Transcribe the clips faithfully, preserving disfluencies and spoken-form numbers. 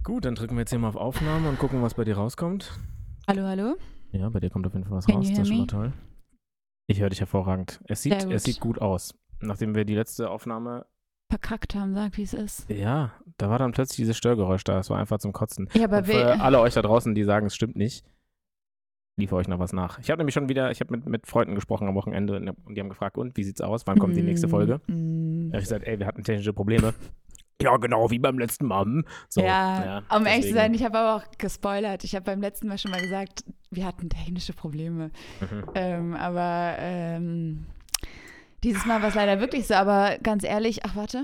Gut, dann drücken wir jetzt hier mal auf Aufnahme und gucken, was bei dir rauskommt. Hallo, hallo. Ja, bei dir kommt auf jeden Fall was Can raus. you Das ist hear schon mal me? toll. Ich höre dich hervorragend. Es sieht, Sehr gut. es sieht gut aus. Nachdem wir die letzte Aufnahme, Verkackt haben, sag, wie es ist. ja, da war dann plötzlich dieses Störgeräusch da. Das war einfach zum Kotzen. Ja, aber Und we- für alle euch da draußen, die sagen, es stimmt nicht, liefere euch noch was nach. Ich habe nämlich schon wieder, ich habe mit, mit Freunden gesprochen am Wochenende und die haben gefragt, und, wie sieht's aus? Wann kommt die nächste Folge? Mm, Da habe ich gesagt, ey, wir hatten technische Probleme. Ja, genau, wie beim letzten Mal. hm. So, ja, um ehrlich zu deswegen. sein, ich habe aber auch gespoilert. Ich habe beim letzten Mal schon mal gesagt, wir hatten technische Probleme. Mhm. Ähm, aber ähm, dieses Mal war es leider wirklich so. Aber ganz ehrlich, ach warte,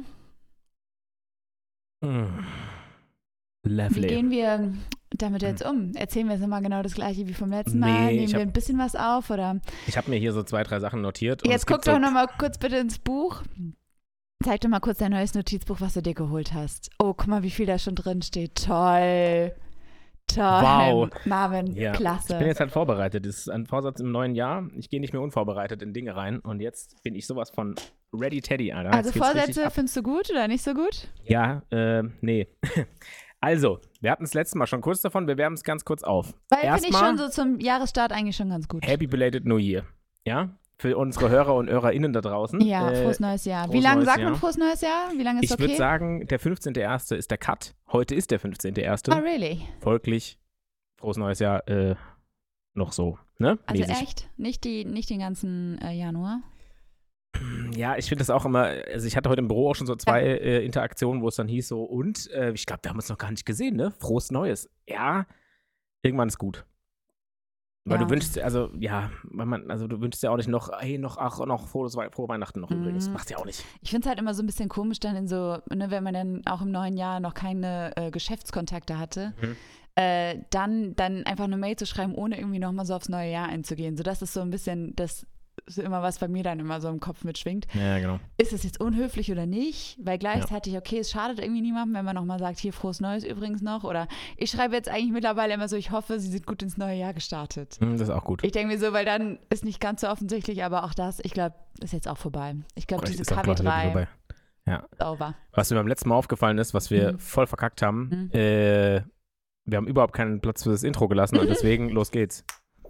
Mm. wie Lovely. gehen wir damit jetzt um? Erzählen wir jetzt nochmal genau das gleiche wie vom letzten Mal? Nee, Nehmen ich wir hab- ein bisschen was auf? Oder Ich habe mir hier so zwei, drei Sachen notiert. Und es jetzt gibt guck so doch nochmal kurz bitte ins Buch. Zeig doch mal kurz dein neues Notizbuch, was du dir geholt hast. Oh, guck mal, wie viel da schon drin steht. Toll. Toll. Wow. Marvin, Ja, klasse. Ich bin jetzt halt vorbereitet. Das ist ein Vorsatz im neuen Jahr. Ich gehe nicht mehr unvorbereitet in Dinge rein. Und jetzt bin ich sowas von Ready Teddy, Alter. also Jetzt geht's richtig Vorsätze ab. findest du gut oder nicht so gut? Ja, äh, nee. Also, wir hatten es letztes Mal schon kurz davon. Wir wärmen es ganz kurz auf. Weil finde ich Erstmal schon so zum Jahresstart eigentlich schon ganz gut. Happy Belated New Year. Ja? Für unsere Hörer und HörerInnen da draußen. Ja, Äh, frohes neues Jahr. Wie frohes lange neues sagt man Jahr. frohes neues Jahr? Wie lange ist Ich okay? würde sagen, der fünfzehnter erste ist der Cut. Heute ist der fünfzehnter erste Oh, really? Folglich, frohes neues Jahr, äh, noch so, ne? Also Mäßig. echt? Nicht, die, nicht den ganzen äh, Januar? Ja, ich finde das auch immer, also ich hatte heute im Büro auch schon so zwei äh, Interaktionen, wo es dann hieß so, und, äh, ich glaube, wir haben uns noch gar nicht gesehen, ne? Frohes Neues. Ja, irgendwann ist gut. Weil Ja. du wünschst, also, ja, weil man, also du wünschst ja auch nicht noch, hey, noch, ach, noch frohes, Wei- frohe Weihnachten noch übrigens. Mhm. Machst ja auch nicht. Ich finde es halt immer so ein bisschen komisch dann in so, ne, wenn man dann auch im neuen Jahr noch keine äh, Geschäftskontakte hatte, Mhm. äh, dann, dann einfach eine Mail zu schreiben, ohne irgendwie nochmal so aufs neue Jahr einzugehen. So, das ist so ein bisschen das ist immer was bei mir dann immer so im Kopf mitschwingt. Ja, genau. Ist es jetzt unhöflich oder nicht? Weil gleichzeitig, okay, es schadet irgendwie niemandem, wenn man nochmal sagt, hier, frohes Neues übrigens noch. Oder ich schreibe jetzt eigentlich mittlerweile immer so, ich hoffe, Sie sind gut ins neue Jahr gestartet. Hm, das ist auch gut. Ich denke mir so, weil dann ist nicht ganz so offensichtlich, aber auch das, ich glaube, ist jetzt auch vorbei. Ich glaube, Vielleicht diese ist auch K W quasi wirklich drei vorbei. Ja. ist over. Was mir beim letzten Mal aufgefallen ist, was wir Mhm. voll verkackt haben, Mhm. äh, wir haben überhaupt keinen Platz für das Intro gelassen und deswegen, los geht's.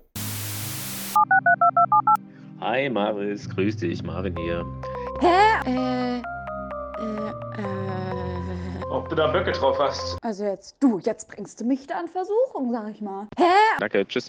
Hi Maris, grüß dich, Marvin hier. Äh, äh, äh. Ob du da Böcke drauf hast? Also jetzt, du, jetzt bringst du mich da in Versuchung, sag ich mal. Hä? Danke, tschüss.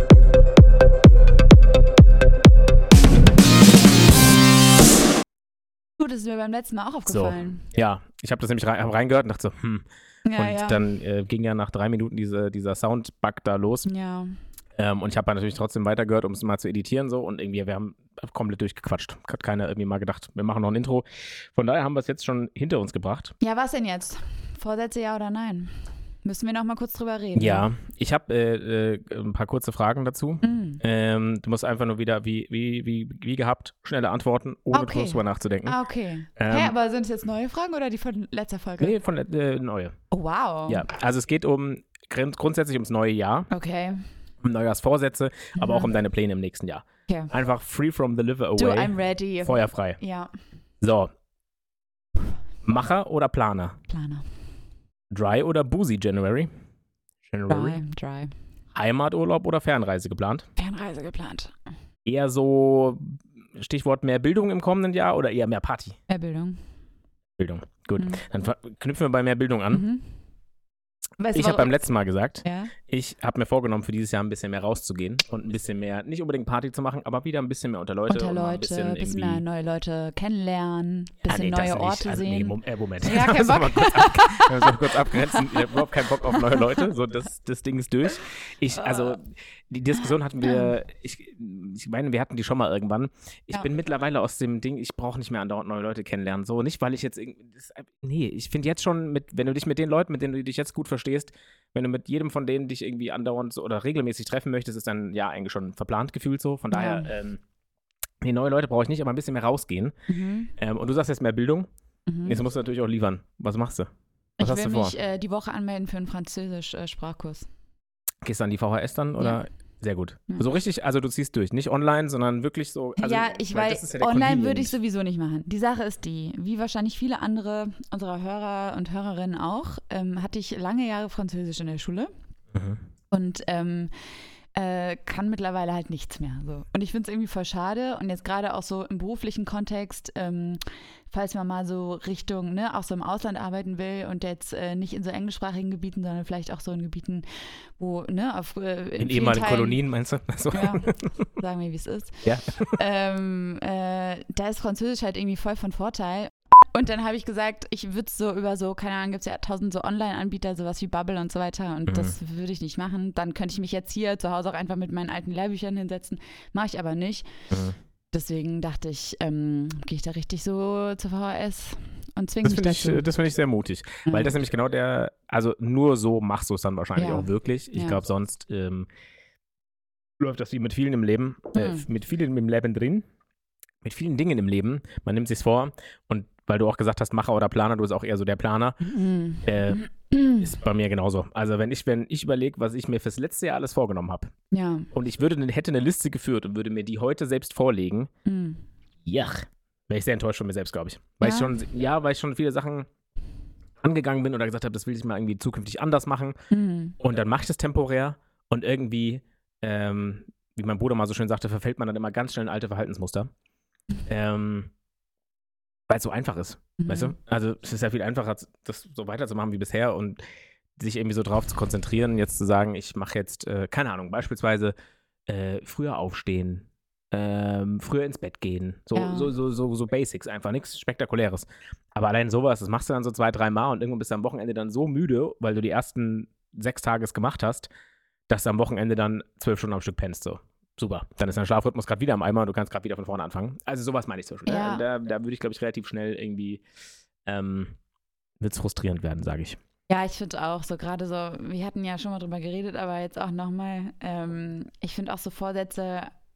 Gut, das ist mir beim letzten Mal auch aufgefallen. Ja, ich habe das nämlich rein, hab reingehört und dachte so, hm. Ja, und ja. dann äh, ging ja nach drei Minuten diese, dieser Soundbug da los. ja. Ähm, und ich habe natürlich trotzdem weitergehört, um es mal zu editieren so. Und irgendwie, wir haben komplett durchgequatscht. Hat keiner irgendwie mal gedacht, wir machen noch ein Intro. Von daher haben wir es jetzt schon hinter uns gebracht. Ja, was denn jetzt? Vorsätze ja oder nein? Müssen wir noch mal kurz drüber reden. Ja, ich habe äh, äh, ein paar kurze Fragen dazu. Mhm. Ähm, du musst einfach nur wieder, wie, wie, wie, wie gehabt, schnelle Antworten, ohne Okay. groß drüber nachzudenken. Ah, okay. Ähm, Hä, aber sind es jetzt neue Fragen oder die von letzter Folge? Nee, von äh, neue. Oh, wow. Ja, also es geht um grund- grundsätzlich ums neue Jahr, Okay. um Neujahrsvorsätze, aber Mhm. auch um deine Pläne im nächsten Jahr. Okay. Einfach free from the liver Du, away, I'm ready. feuerfrei. Ja, So. Macher oder Planer? Planer. Dry oder Boozy January? January. Dry, dry. Heimaturlaub oder Fernreise geplant? Fernreise geplant. Eher so, Stichwort mehr Bildung im kommenden Jahr oder eher mehr Party? Erbildung. Bildung. Gut. Mhm. Dann ver- knüpfen wir bei mehr Bildung an. Mhm. Weißt du, Ich habe warum- beim letzten Mal gesagt, Ja? ich habe mir vorgenommen, für dieses Jahr ein bisschen mehr rauszugehen und ein bisschen mehr, nicht unbedingt Party zu machen, aber wieder ein bisschen mehr unter Leute. Unter und mal ein Leute, bisschen ein bisschen irgendwie. mehr neue Leute kennenlernen, Ja, bisschen nee, das neue nicht. Orte also, Nee, sehen. Mom äh, Moment. Ja, kein Wir müssen Bock. mal kurz, ab wir müssen mal kurz abgrenzen. Ich habe überhaupt keinen Bock auf neue Leute. So, das, das Ding ist durch. Ich, also, die Diskussion hatten wir, ich, ich meine, wir hatten die schon mal irgendwann. Ich Ja. bin mittlerweile aus dem Ding, ich brauche nicht mehr andauernd neue Leute kennenlernen. So, nicht, weil ich jetzt irgendwie, das, nee, ich finde jetzt schon, mit, wenn du dich mit den Leuten, mit denen du dich jetzt gut verstehst, wenn du mit jedem von denen dich irgendwie andauernd so, oder regelmäßig treffen möchtest, ist dann ja eigentlich schon verplant gefühlt so. Von daher, Ja. ähm, nee, neue Leute brauche ich nicht, aber ein bisschen mehr rausgehen. Mhm. Ähm, und du sagst jetzt mehr Bildung. Mhm. Jetzt musst du natürlich auch liefern. Was machst du? Was Ich hast will du vor? mich äh, die Woche anmelden für einen Französisch-Sprachkurs. Gehst du an die V H S dann? Oder? Sehr gut. Ja. So richtig, also du ziehst durch. Nicht online, sondern wirklich so. Also, ja, ich weil weiß, das ist ja der online Convenient. würde ich sowieso nicht machen. Die Sache ist die, wie wahrscheinlich viele andere unserer Hörer und Hörerinnen auch, ähm, hatte ich lange Jahre Französisch in der Schule Mhm. und ähm, äh, kann mittlerweile halt nichts mehr. So. Und ich finde es irgendwie voll schade und jetzt gerade auch so im beruflichen Kontext, ähm, falls man mal so Richtung, ne, auch so im Ausland arbeiten will und jetzt äh, nicht in so englischsprachigen Gebieten, sondern vielleicht auch so in Gebieten, wo, ne, auf äh, In vielen ehemaligen Teilen- Kolonien, meinst du? Also, Ja, sagen wir, wie es ist. Ja. Ähm, äh, da ist Französisch halt irgendwie voll von Vorteil. Und dann habe ich gesagt, ich würde es so über so, keine Ahnung, gibt es ja tausend so Online-Anbieter, sowas wie Bubble und so weiter. Und Mhm. das würde ich nicht machen. Dann könnte ich mich jetzt hier zu Hause auch einfach mit meinen alten Lehrbüchern hinsetzen. Mache ich aber nicht. Mhm. Deswegen dachte ich, ähm, gehe ich da richtig so zur V H S und zwinge Das mich finde ich, dazu. äh, das find ich sehr mutig. Ja. Weil das nämlich genau der, also nur so machst du es dann wahrscheinlich Ja. auch wirklich. Ich Ja. glaube, sonst ähm, läuft das wie mit vielen im Leben, äh, Mhm. mit vielen im Leben drin, mit vielen Dingen im Leben. Man nimmt sich's vor und weil du auch gesagt hast, Macher oder Planer, du bist auch eher so der Planer, Mhm. äh, ist bei mir genauso. Also wenn ich, wenn ich überlege, was ich mir fürs letzte Jahr alles vorgenommen habe Ja. und ich würde, hätte eine Liste geführt und würde mir die heute selbst vorlegen, Mhm. ja, wäre ich sehr enttäuscht von mir selbst, glaube ich. Weil Ja? ich schon, ja, weil ich schon viele Sachen angegangen bin oder gesagt habe, das will ich mal irgendwie zukünftig anders machen. Mhm. Und dann mache ich das temporär und irgendwie, ähm, wie mein Bruder mal so schön sagte, verfällt man dann immer ganz schnell in alte Verhaltensmuster. Ähm, weil es so einfach ist, Mhm. weißt du? Also es ist ja viel einfacher, das so weiterzumachen wie bisher und sich irgendwie so drauf zu konzentrieren, jetzt zu sagen, ich mache jetzt, äh, keine Ahnung, beispielsweise äh, früher aufstehen, ähm, früher ins Bett gehen, so, Ja. so, so, so, so Basics, einfach nichts Spektakuläres. Aber allein sowas, das machst du dann so zwei, drei Mal und irgendwann bist du am Wochenende dann so müde, weil du die ersten sechs Tage es gemacht hast, dass du am Wochenende dann zwölf Stunden am Stück pennst, so. Super. Dann ist dein Schlafrhythmus gerade wieder am Eimer und du kannst gerade wieder von vorne anfangen. Also sowas meine ich zum Beispiel. Ja. Ne? Da, da würde ich, glaube ich, relativ schnell irgendwie ähm, wird es frustrierend werden, sage ich. Ja, ich finde auch so gerade so, wir hatten ja schon mal drüber geredet, aber jetzt auch nochmal, ähm, ich finde auch so Vorsätze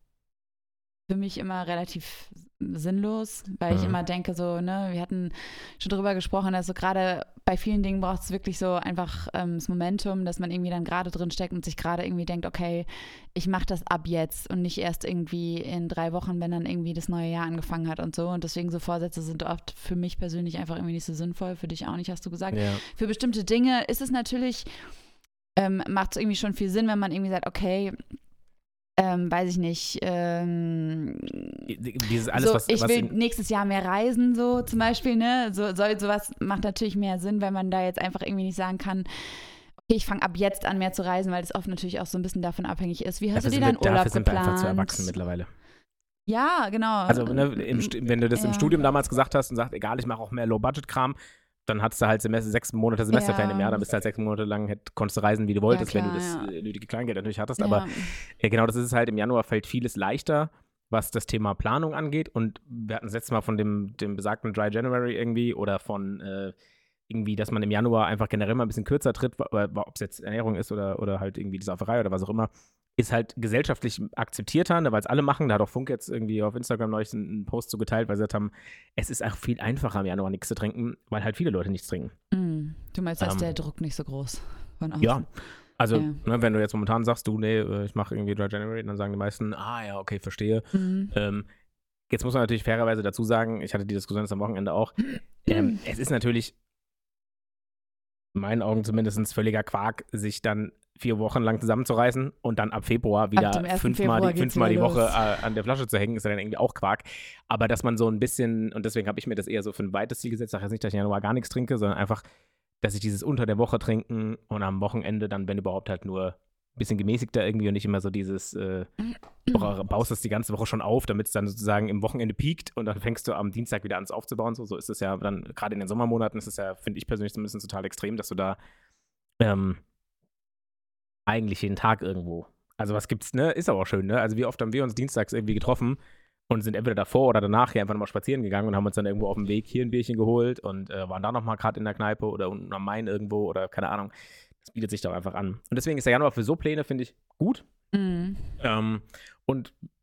für mich immer relativ sinnlos, weil ich Mhm. immer denke so, ne, wir hatten schon drüber gesprochen, dass so gerade bei vielen Dingen braucht es wirklich so einfach ähm, das Momentum, dass man irgendwie dann gerade drin steckt und sich gerade irgendwie denkt, okay, ich mache das ab jetzt und nicht erst irgendwie in drei Wochen, wenn dann irgendwie das neue Jahr angefangen hat und so. Und deswegen so Vorsätze sind oft für mich persönlich einfach irgendwie nicht so sinnvoll, für dich auch nicht, hast du gesagt. Ja. Für bestimmte Dinge ist es natürlich, ähm, macht es irgendwie schon viel Sinn, wenn man irgendwie sagt, okay, ähm, weiß ich nicht, ähm, Dieses alles, so, was, ich was will in, nächstes Jahr mehr reisen, so zum Beispiel, ne? So, so, sowas macht natürlich mehr Sinn, wenn man da jetzt einfach irgendwie nicht sagen kann, okay, ich fange ab jetzt an, mehr zu reisen, weil das oft natürlich auch so ein bisschen davon abhängig ist. Wie hast dafür du dir sind wir, deinen Urlaub dafür sind wir einfach zu geplant? erwachsen mittlerweile. Ja, genau. Also ne, im, Stu- wenn du das Ja. im Studium damals gesagt hast und sagst, egal, ich mache auch mehr Low-Budget-Kram, dann hattest du halt Semester, sechs Monate Semesterferien Ja. im Jahr, dann bist du halt sechs Monate lang, hätt, konntest du reisen, wie du wolltest, klar, wenn du das ja. äh, nötige Kleingeld natürlich hattest. ja. Aber ja, genau, das ist es halt, im Januar fällt vieles leichter, was das Thema Planung angeht. Und wir hatten das letzte Mal von dem, dem besagten Dry January irgendwie oder von äh, irgendwie, dass man im Januar einfach generell mal ein bisschen kürzer tritt, ob es jetzt Ernährung ist oder, oder halt irgendwie die Sauferei oder was auch immer, ist halt gesellschaftlich akzeptierter, ne, weil es alle machen. Da hat auch Funk jetzt irgendwie auf Instagram neulich einen Post so geteilt, weil sie gesagt haben, es ist auch viel einfacher im Januar nichts zu trinken, weil halt viele Leute nichts trinken. Mm, du meinst, da ist Ähm, der Druck nicht so groß von außen? Ja, also Ja. ne, wenn du jetzt momentan sagst, du, nee, äh, ich mache irgendwie Dry January, dann sagen die meisten, ah ja, okay, verstehe. Mhm. Ähm, jetzt muss man natürlich fairerweise dazu sagen, ich hatte die Diskussion jetzt am Wochenende auch, ähm, es ist natürlich in meinen Augen zumindest völliger Quark, sich dann vier Wochen lang zusammenzureißen und dann ab Februar wieder dem ersten fünfmal, Februar die, geht's fünfmal die wieder Woche los. äh, an der Flasche zu hängen, ist ja dann irgendwie auch Quark. Aber dass man so ein bisschen, und deswegen habe ich mir das eher so für ein weites Ziel gesetzt, sage jetzt nicht, dass ich im Januar gar nichts trinke, sondern einfach, dass ich dieses unter der Woche trinken und am Wochenende dann, wenn überhaupt, halt nur ein bisschen gemäßigter irgendwie und nicht immer so dieses, äh, bra- baust das die ganze Woche schon auf, damit es dann sozusagen im Wochenende piekt und dann fängst du am Dienstag wieder an, es aufzubauen. So, so ist es ja dann, gerade in den Sommermonaten ist es ja, finde ich persönlich zumindest total extrem, dass du da ähm, eigentlich jeden Tag irgendwo, also was gibt's, ne, ist aber auch schön, ne, also wie oft haben wir uns dienstags irgendwie getroffen und sind entweder davor oder danach hier einfach nochmal spazieren gegangen und haben uns dann irgendwo auf dem Weg hier ein Bierchen geholt und äh, waren da nochmal gerade in der Kneipe oder unten am Main irgendwo oder keine Ahnung. Das bietet sich doch einfach an. Und deswegen ist der Januar für so Pläne, finde ich, gut. Mhm. Ähm, und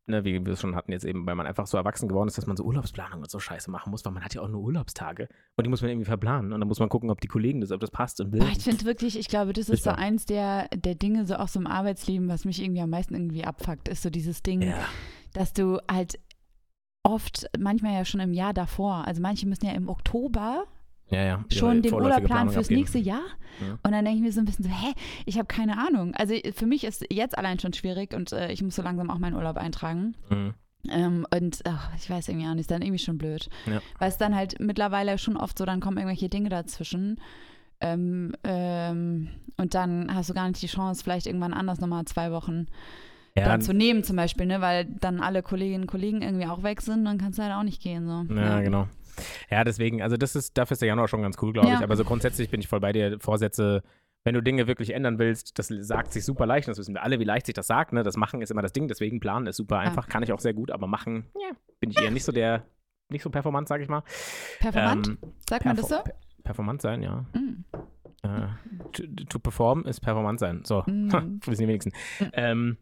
ne, wie wir es schon hatten jetzt eben, weil man einfach so erwachsen geworden ist, dass man so Urlaubsplanung und so Scheiße machen muss, weil man hat ja auch nur Urlaubstage und die muss man irgendwie verplanen und dann muss man gucken, ob die Kollegen das, ob das passt und will. Boah, ich finde wirklich, ich glaube, das ist so Furchtbar. eins der, der Dinge, so auch so im Arbeitsleben, was mich irgendwie am meisten irgendwie abfuckt, ist so dieses Ding, Ja. dass du halt oft, manchmal ja schon im Jahr davor, also manche müssen ja im Oktober Ja, ja. schon den vorläufige Urlaub planen Planung fürs abgeben. nächste Jahr. Ja. Und dann denke ich mir so ein bisschen so, hä, ich habe keine Ahnung. Also für mich ist jetzt allein schon schwierig und äh, ich muss so langsam auch meinen Urlaub eintragen. Mhm. Ähm, und ach, ich weiß irgendwie auch nicht, ist dann irgendwie schon blöd. Ja. Weil es dann halt mittlerweile schon oft so, dann kommen irgendwelche Dinge dazwischen. Ähm, ähm, und dann hast du gar nicht die Chance, vielleicht irgendwann anders nochmal zwei Wochen Ja, dann zu nehmen zum Beispiel, ne? Weil dann alle Kolleginnen und Kollegen irgendwie auch weg sind, dann kannst du halt auch nicht gehen. So. Ja, genau. Ja, deswegen, also das ist, dafür ist der Januar schon ganz cool, glaube Ja. ich. Aber so grundsätzlich bin ich voll bei dir. Vorsätze, wenn du Dinge wirklich ändern willst, das sagt sich super leicht. Das wissen wir alle, wie leicht sich das sagt. Ne? Das Machen ist immer das Ding. Deswegen planen ist super einfach, kann ich auch sehr gut. Aber machen, ja, bin ich eher nicht so der, nicht so performant, sage ich mal. Performant? Ähm, Sagt man das so? perfor- per- Performant sein, ja. Mm. Äh, to, to perform ist performant sein. So, Mm. ha, wissen die wenigsten. Ähm,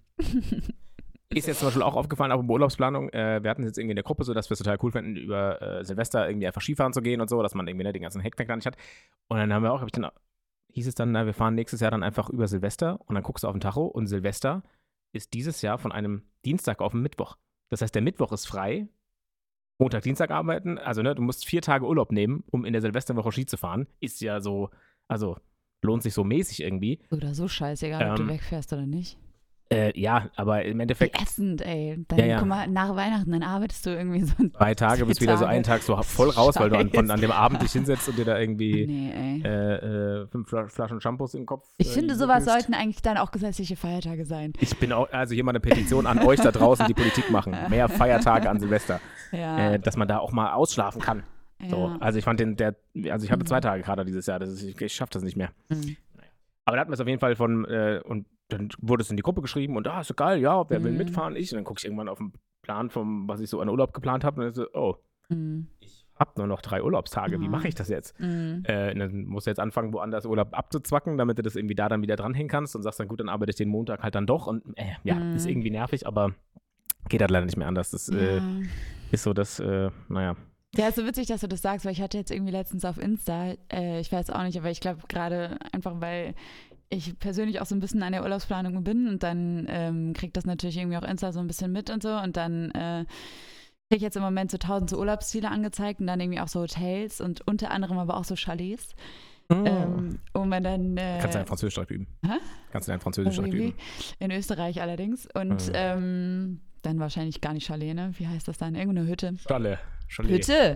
Ist jetzt zum Beispiel auch aufgefallen, auch in der Urlaubsplanung, äh, wir hatten es jetzt irgendwie in der Gruppe so, dass wir es total cool fänden, über äh, Silvester irgendwie einfach Skifahren zu gehen und so, dass man irgendwie ne, den ganzen Heckmeck da nicht hat. Und dann haben wir auch, hab ich dann, hieß es dann, na, wir fahren nächstes Jahr dann einfach über Silvester und dann guckst du auf den Tacho und Silvester ist dieses Jahr von einem Dienstag auf einen Mittwoch. Das heißt, der Mittwoch ist frei, Montag, Dienstag arbeiten, also ne, du musst vier Tage Urlaub nehmen, um in der Silvesterwoche Ski zu fahren. Ist ja so, also lohnt sich so mäßig irgendwie. Oder so scheißegal, ob Ähm, du wegfährst oder nicht. Äh, ja, aber im Wie Endeffekt ätzend, ey. Dann, Ja, ja. guck mal, nach Weihnachten, dann arbeitest du irgendwie so ein drei Tage Zwei bist wieder so Tage. einen Tag so voll raus, weil du an, von, Scheiße. an dem Abend dich hinsetzt und dir da irgendwie Nee, ey. äh, äh, fünf Fla- Flaschen Shampoos im Kopf. Ich äh, finde, sowas wickelst. sollten eigentlich dann auch gesetzliche Feiertage sein. Ich bin auch, also hier mal eine Petition an euch da draußen, die Politik machen. Mehr Feiertage an Silvester. Ja. Äh, dass man da auch mal ausschlafen kann. So. ja. Also ich fand den, der, also ich hatte Mhm. zwei Tage gerade dieses Jahr, das ist, ich, ich schaffe das nicht mehr. Mhm. Aber da hatten wir es auf jeden Fall von, äh, und dann wurde es in die Gruppe geschrieben und ah, ist so geil, ja, wer will Mhm. mitfahren? Ich. Und dann gucke ich irgendwann auf den Plan, vom, was ich so an Urlaub geplant habe und dann so, oh, Mhm. ich habe nur noch drei Urlaubstage, wie Ja. mache ich das jetzt? Mhm. Äh, und dann musst du jetzt anfangen, woanders Urlaub abzuzwacken, damit du das irgendwie da dann wieder dranhängen kannst und sagst dann, gut, dann arbeite ich den Montag halt dann doch und äh, ja, Mhm. ist irgendwie nervig, aber geht halt leider nicht mehr anders. Das äh, Ja. ist so, das, äh, naja. Ja, ist so witzig, dass du das sagst, weil ich hatte jetzt irgendwie letztens auf Insta, äh, ich weiß auch nicht, aber ich glaube gerade einfach, weil ich persönlich auch so ein bisschen an der Urlaubsplanung bin und dann ähm, kriegt das natürlich irgendwie auch Insta so ein bisschen mit und so und dann äh, kriege ich jetzt im Moment so tausend so Urlaubsziele angezeigt und dann irgendwie auch so Hotels und unter anderem aber auch so Chalets, ähm, wo man dann äh, Kannst du dein Französisch direkt üben? Hä? Kannst du dein Französisch direkt oui, oui. üben? In Österreich allerdings und Mhm. ähm, dann wahrscheinlich gar nicht Chalet, ne? Wie heißt das dann? Irgendeine Hütte. Stalle. Chalet. Hütte.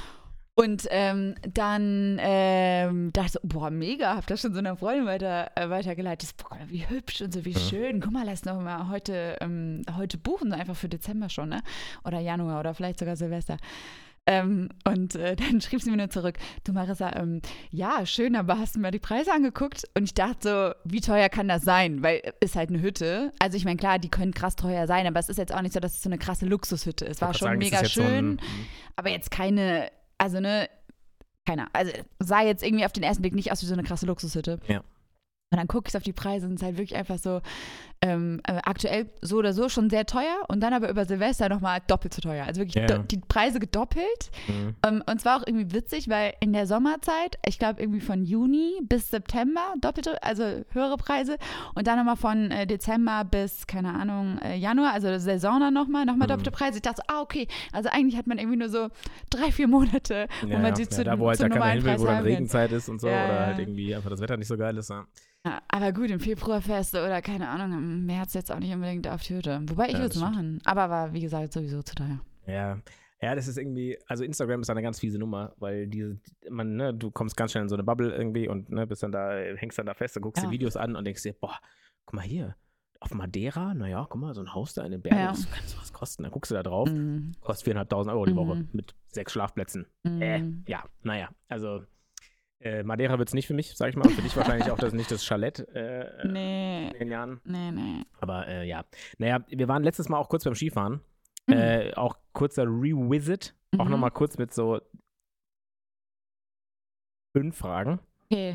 Und ähm, dann ähm, dachte ich so, boah, mega, hab das schon so einer Freundin weiter, äh, weitergeleitet. Boah, wie hübsch und so, wie Ja. schön. Guck mal, lass noch mal heute, ähm, heute buchen, einfach für Dezember schon, ne? Oder Januar oder vielleicht sogar Silvester. Ähm, und äh, dann schrieb sie mir nur zurück, du Marissa, ähm, ja, schön, aber hast du mir die Preise angeguckt? Und ich dachte so, wie teuer kann das sein? Weil ist halt eine Hütte. Also ich meine, klar, die können krass teuer sein, aber es ist jetzt auch nicht so, dass es so eine krasse Luxushütte ist. War Ich wollte schon sagen, das mega ist jetzt so schön, ein- aber jetzt keine, also ne, keine, also sah jetzt irgendwie auf den ersten Blick nicht aus wie so eine krasse Luxushütte. Ja. Und dann gucke ich auf die Preise und es ist halt wirklich einfach so, ähm, äh, aktuell so oder so schon sehr teuer und dann aber über Silvester nochmal doppelt so teuer. Also wirklich Ja. do- die Preise gedoppelt. Mhm. Ähm, und zwar auch irgendwie witzig, weil in der Sommerzeit, ich glaube irgendwie von Juni bis September doppelte, also höhere Preise und dann nochmal von äh, Dezember bis, keine Ahnung, äh, Januar, also Saison dann nochmal, nochmal Mhm. doppelte Preise. Ich dachte so, ah, okay, also eigentlich hat man irgendwie nur so drei, vier Monate, wo Ja, man ja. sie Ja, zu, da, wo halt zu da keiner normalen hin will, Preis wo dann haben will. Regenzeit ist und so, Ja, oder ja. halt irgendwie einfach das Wetter nicht so geil ist. Ja. Ja, aber gut, im Februar fährst du oder keine Ahnung, im März jetzt auch nicht unbedingt auf die Hütte. Wobei ich Ja, würde es das stimmt. machen. Aber war, wie gesagt, sowieso zu teuer. Ja, ja, das ist irgendwie, also Instagram ist eine ganz fiese Nummer, weil diese, man, ne, du kommst ganz schnell in so eine Bubble irgendwie und ne, bist dann da, hängst dann da fest und guckst Ja. dir Videos an und denkst dir, boah, guck mal hier, auf Madeira, naja, guck mal, so ein Haus da in den Bergen, Ja. das kann sowas kosten. Dann guckst du da drauf, Mhm. kostet viertausendfünfhundert Euro die Mhm. Woche mit sechs Schlafplätzen. Mhm. Äh, ja, naja, also äh, Madeira wird es nicht für mich, sag ich mal, und für dich wahrscheinlich auch das nicht das Chalet äh, Nee, in den Jahren. nee, nee. Aber äh, ja, naja, wir waren letztes Mal auch kurz beim Skifahren. Mhm. Äh, auch kurzer Revisit. Auch Mhm. nochmal kurz mit so fünf Fragen. Okay.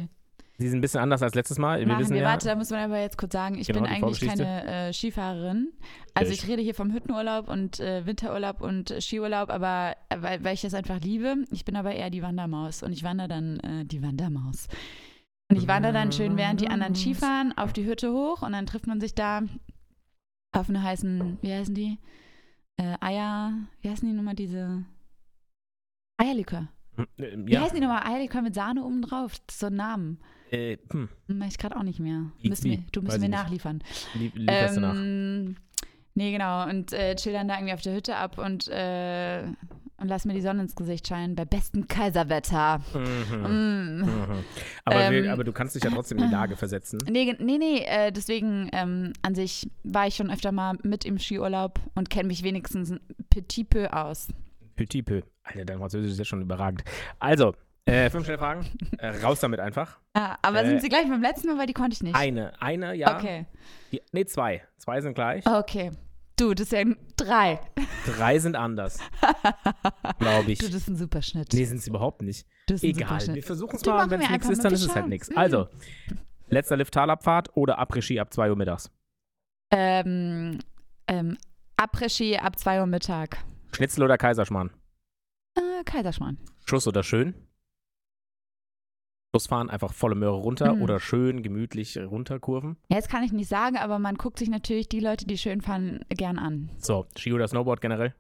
Sie sind ein bisschen anders als letztes Mal. Wir Machen wissen wir, ja, warte, da muss man aber jetzt kurz sagen, ich Genau, bin die eigentlich Vorgeschichte. keine äh, Skifahrerin. Also Ich. ich rede hier vom Hüttenurlaub und äh, Winterurlaub und äh, Skiurlaub, aber äh, weil, weil ich das einfach liebe. Ich bin aber eher die Wandermaus und ich wandere dann äh, die Wandermaus. Und ich wandere dann schön, während die anderen Skifahren, auf die Hütte hoch und dann trifft man sich da auf eine heißen, wie heißen die? Äh, Eier, wie heißen die nochmal diese? Eierlikör. Hm, Wie ja, heißen die nochmal? Eierlikör mit Sahne oben drauf. Das ist so ein Namen. äh, hm, Weiß ich gerade auch nicht mehr. Wie- Müssen wie? wir, du Weiß musst ich mir nicht. nachliefern. lief, lieferst du nach. Ähm, nee, genau. Und äh, chill dann da irgendwie auf der Hütte ab und, äh, und lass mir die Sonne ins Gesicht scheinen bei bestem Kaiserwetter. Mhm. Mm. Mhm. Aber, Ähm, wir, aber du kannst dich ja trotzdem in die Lage versetzen. Nee, ge- nee, nee, äh, deswegen ähm, an sich war ich schon öfter mal mit im Skiurlaub und kenne mich wenigstens ein petit peu aus. Petit peu. Alter, dein Französisch ist ja schon überragend. Also, äh, fünf schnelle Fragen. Äh, raus damit einfach. Ah, aber Äh, sind sie gleich beim letzten Mal, weil die konnte ich nicht. Eine. Eine, ja. Okay. Die, nee, zwei. Zwei sind gleich. Okay. Du, das ist ja ein drei. Drei sind anders. Glaube ich. Du, das ist ein super Schnitt. Nee, sind es überhaupt nicht. Das ist ein Egal. Superschnitt. Wir versuchen es Du, mal. machen Wenn es wir nichts einfach ist, mal. dann Wir ist es halt schauen. nichts. Mhm. Also, letzter Lift-Talabfahrt oder Après-Ski ab zwei Uhr mittags? Ähm, ähm, Après-Ski ab zwei Uhr Mittag. Schnitzel oder Kaiserschmarrn? Äh, Kaiserschmarrn. Schuss oder schön? Schussfahren, einfach volle Möhre runter Mhm. oder schön gemütlich runterkurven? Ja, jetzt kann ich nicht sagen, aber man guckt sich natürlich die Leute, die schön fahren, gern an. So, Ski oder Snowboard generell?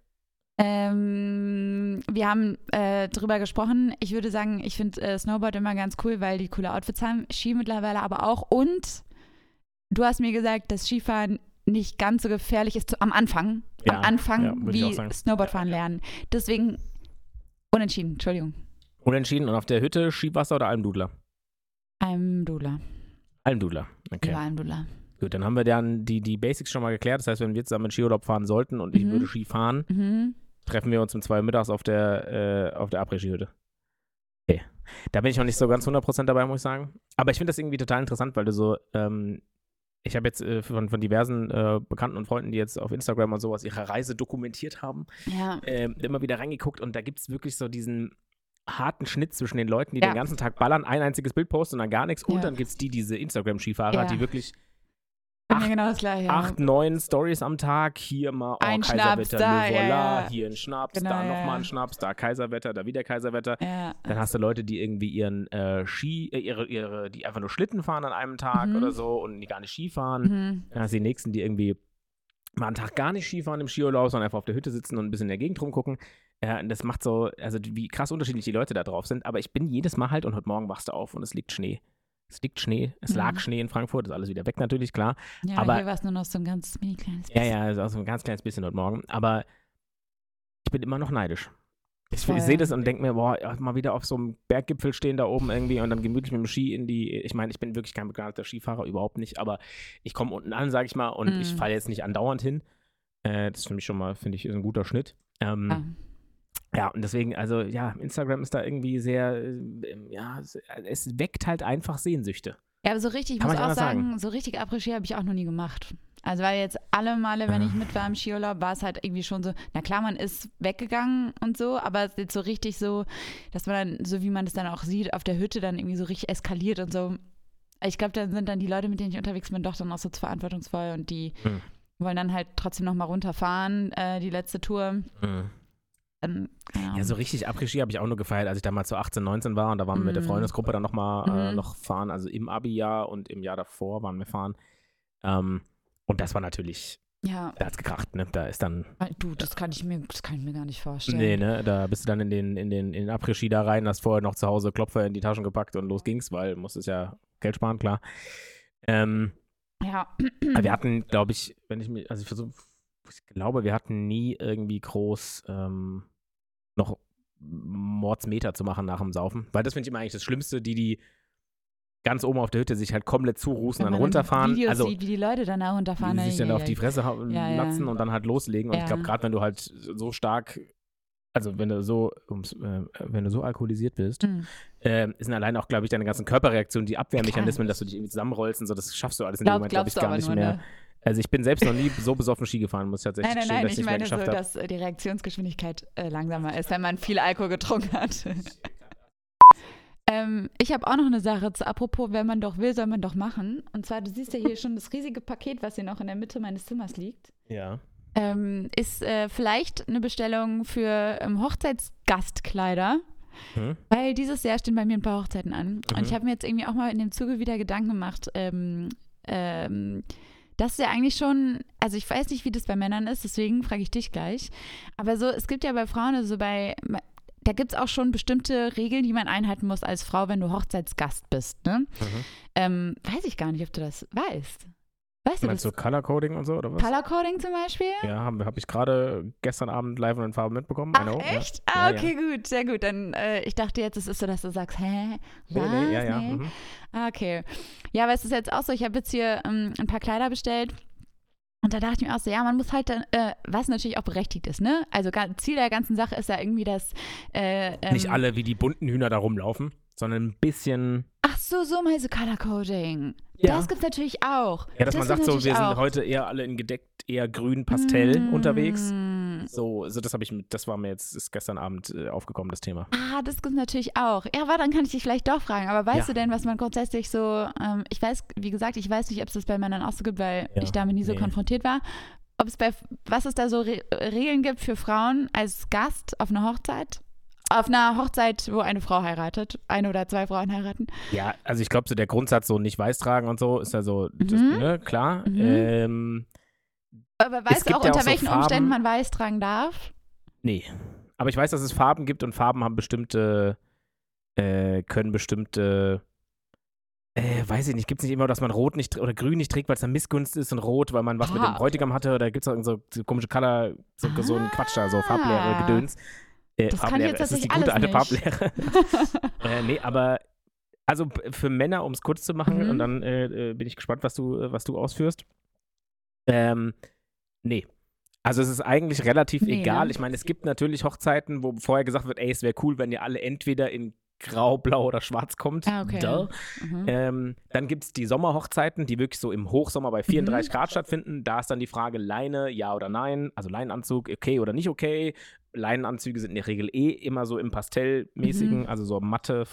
Ähm, wir haben äh, drüber gesprochen. Ich würde sagen, ich finde äh, Snowboard immer ganz cool, weil die coole Outfits haben. Ski mittlerweile aber auch. Und du hast mir gesagt, dass Skifahren nicht ganz so gefährlich ist zu, am Anfang. Ja, am Anfang ja, würde ich auch wie sagen. Snowboardfahren lernen. Deswegen unentschieden, Entschuldigung. Unentschieden und auf der Hütte Skiwasser oder Almdudler? Almdudler. Almdudler, okay. Lieber Almdudler. Gut, dann haben wir dann die, die Basics schon mal geklärt. Das heißt, wenn wir zusammen in Skiurlaub fahren sollten und ich Mhm. würde Ski fahren, Mhm. treffen wir uns um zwei Uhr mittags auf der, äh, auf der Après-Ski-Hütte. Okay. Da bin ich noch nicht so ganz hundert Prozent dabei, muss ich sagen. Aber ich finde das irgendwie total interessant, weil du so, ähm, ich habe jetzt äh, von, von diversen äh, Bekannten und Freunden, die jetzt auf Instagram und sowas ihre Reise dokumentiert haben, Ja. ähm, immer wieder reingeguckt und da gibt es wirklich so diesen harten Schnitt zwischen den Leuten, die Ja. den ganzen Tag ballern, ein einziges Bild posten und dann gar nichts. Und Ja. dann gibt es die, diese Instagram-Skifahrer, Ja. die wirklich Bei mir acht- genau das gleiche. ja. acht, neun Stories am Tag. Hier mal, oh, Ein Schnaps, Kaiserwetter, da, le ja, voilà, ja. hier ein Schnaps, Genau, da ja, nochmal ja. ein Schnaps, da Kaiserwetter, da wieder Kaiserwetter. Ja. Dann hast du Leute, die irgendwie ihren äh, Ski, äh, ihre, ihre, die einfach nur Schlitten fahren an einem Tag Mhm. oder so und die gar nicht Ski fahren. Mhm. Dann hast du die nächsten, die irgendwie mal einen Tag gar nicht Skifahren im Skiurlaub, sondern einfach auf der Hütte sitzen und ein bisschen in der Gegend rumgucken. Ja, und das macht so, also wie krass unterschiedlich die Leute da drauf sind. Aber ich bin jedes Mal halt und heute Morgen wachst du auf und es liegt Schnee. Es liegt Schnee, es lag Mhm. Schnee in Frankfurt, ist alles wieder weg natürlich, klar. Ja, Aber- hier war es nur noch so ein ganz mini kleines Ja, bisschen. ja, also auch so ein ganz kleines bisschen heute Morgen. Aber ich bin immer noch neidisch. Ich, Voll. ich sehe das und denke mir, boah, ja, mal wieder auf so einem Berggipfel stehen da oben irgendwie und dann gemütlich mit dem Ski in die, ich meine, ich bin wirklich kein begnadeter Skifahrer, überhaupt nicht, aber ich komme unten an, sage ich mal, und ich Mhm. falle jetzt nicht andauernd hin. Äh, das ist für mich schon mal, finde ich, ist ein guter Schnitt. Ähm, Ja. ja, und deswegen, also ja, Instagram ist da irgendwie sehr, äh, ja, es, es weckt halt einfach Sehnsüchte. Ja, aber so richtig, ich Kann muss man auch nicht sagen, anders so richtig Après-Ski habe ich auch noch nie gemacht. Also weil jetzt alle Male, wenn Ah. ich mit war im Skiurlaub, war es halt irgendwie schon so, na klar, man ist weggegangen und so, aber es ist jetzt so richtig so, dass man dann, so wie man es dann auch sieht, auf der Hütte dann irgendwie so richtig eskaliert und so. Ich glaube, dann sind dann die Leute, mit denen ich unterwegs bin, doch dann auch so verantwortungsvoll und die Hm. wollen dann halt trotzdem noch mal runterfahren, äh, die letzte Tour. Mhm. Dann, ja. Ja, so richtig Après-Ski habe ich auch nur gefeiert, als ich damals so achtzehn, neunzehn war und da waren wir mit der Mhm. Freundesgruppe dann nochmal äh, Mhm. noch fahren, also im Abi-Jahr und im Jahr davor waren wir fahren. Ähm, und das war natürlich, ja, da hat's gekracht, ne? Da ist dann, du, das kann ich mir, das kann ich mir gar nicht vorstellen. nee, ne? Da bist du dann in den, in den, in den Après-Ski da rein, hast vorher noch zu Hause Klopfer in die Taschen gepackt und los ging's, weil musstest ja Geld sparen, klar. Ähm, Ja. aber wir hatten, glaube ich, wenn ich mir, also ich versuche, ich glaube, wir hatten nie irgendwie groß ähm, noch Mordsmeter zu machen nach dem Saufen. Weil das finde ich immer eigentlich das Schlimmste, die, die ganz oben auf der Hütte sich halt komplett zurußen, Wenn dann man runterfahren. Videos also sieht, wie die Leute dann da runterfahren. die sich dann ja, auf die Fresse hau- Ja, ja. latzen und dann halt loslegen. Und ich Ja. glaube, gerade wenn du halt so stark, also wenn du so, ums, äh, wenn du so alkoholisiert bist, Mhm. äh, sind allein auch, glaube ich, deine ganzen Körperreaktionen, die Abwehrmechanismen, Klar. dass du dich irgendwie zusammenrollst und so, das schaffst du alles in dem Glaub, Moment, glaube ich, glaubst du gar aber nicht nur, mehr. ne? Also ich bin selbst noch nie so besoffen Ski gefahren, muss ich tatsächlich Nein, nein, gestehen, nein, dass ich ich es mehr meine so, geschafft habe. dass äh, die Reaktionsgeschwindigkeit äh, langsamer ist, wenn man viel Alkohol getrunken hat. Ähm, ich habe auch noch eine Sache zu, apropos, wenn man doch will, soll man doch machen. Und zwar, du siehst ja hier schon das riesige Paket, was hier noch in der Mitte meines Zimmers liegt. Ja. Ähm, ist äh, vielleicht eine Bestellung für ähm, Hochzeitsgastkleider. Hm. Weil dieses Jahr stehen bei mir ein paar Hochzeiten an. Mhm. Und ich habe mir jetzt irgendwie auch mal in dem Zuge wieder Gedanken gemacht, ähm, ähm, das ist ja eigentlich schon, also ich weiß nicht, wie das bei Männern ist, deswegen frage ich dich gleich. Aber so, es gibt ja bei Frauen, also bei, da gibt es auch schon bestimmte Regeln, die man einhalten muss als Frau, wenn du Hochzeitsgast bist, ne? Mhm. Ähm, weiß ich gar nicht, ob du das weißt. Weißt du Meinst das? du Color Coding und so, oder was? Color Coding zum Beispiel? Ja, habe hab ich gerade gestern Abend live und in Farbe mitbekommen. Ach, echt? Ja. Ah, okay, ja, ja. gut, sehr gut. Dann, äh, ich dachte jetzt, es ist so, dass du sagst, hä? Was? Nee, nee, ja, ja. Nee? Mhm. Ah, okay. Ja, aber es ist jetzt auch so, ich habe jetzt hier ähm, ein paar Kleider bestellt. Und da dachte ich mir auch so, ja, man muss halt dann, äh, was natürlich auch berechtigt ist, ne? Also Ziel der ganzen Sache ist ja irgendwie, dass äh, ähm, nicht alle wie die bunten Hühner da rumlaufen, sondern ein bisschen. Ach so, so meinst du Color Coding. Ja. Das gibt's natürlich auch. Ja, dass das man sagt so, wir auch. sind heute eher alle in gedeckt, eher grün Pastell mm. unterwegs. So, also das habe ich mit, das war mir jetzt ist gestern Abend äh, aufgekommen, das Thema. Ah, das gibt's natürlich auch. Ja, aber dann kann ich dich vielleicht doch fragen. Aber weißt ja. du denn, was man grundsätzlich so, ähm, ich weiß, wie gesagt, ich weiß nicht, ob es das bei Männern auch so gibt, weil ja. ich damit nie so nee. konfrontiert war. Ob es bei, was es da so Re- Regeln gibt für Frauen als Gast auf einer Hochzeit? Auf einer Hochzeit, wo eine Frau heiratet, eine oder zwei Frauen heiraten. Ja, also ich glaube, so der Grundsatz, so nicht weiß tragen und so, ist ja so, mhm. das, ne, klar. Mhm. Ähm, Aber weißt du auch, ja unter auch welchen so Umständen man weiß tragen darf? Nee. Aber ich weiß, dass es Farben gibt und Farben haben bestimmte, äh, können bestimmte, äh, weiß ich nicht, gibt es nicht immer, dass man Rot nicht oder Grün nicht trägt, weil es eine Missgunst ist und Rot, weil man was ah. mit dem Bräutigam hatte, oder gibt es auch so, so komische Color, so, ah. so ein Quatsch da, so Farblehre, Gedöns. Äh, das Farblehre, kann ich jetzt es ist die alles gute alte nicht. Farblehre. äh, nee, aber also für Männer, um es kurz zu machen, Mhm. und dann äh, bin ich gespannt, was du, was du ausführst. Ähm, nee. Also es ist eigentlich relativ Nee, egal. ne? Ich meine, es gibt natürlich Hochzeiten, wo vorher gesagt wird, ey, es wäre cool, wenn ihr alle entweder in Grau, Blau oder Schwarz kommt. Ah, okay. Duh. Mhm. Ähm, dann gibt es die Sommerhochzeiten, die wirklich so im Hochsommer bei vierunddreißig Grad stattfinden. Da ist dann die Frage, Leine, ja oder nein. Also Leinenanzug, okay oder nicht okay. Leinenanzüge sind in der Regel eh immer so im Pastellmäßigen, Mhm. also so matte.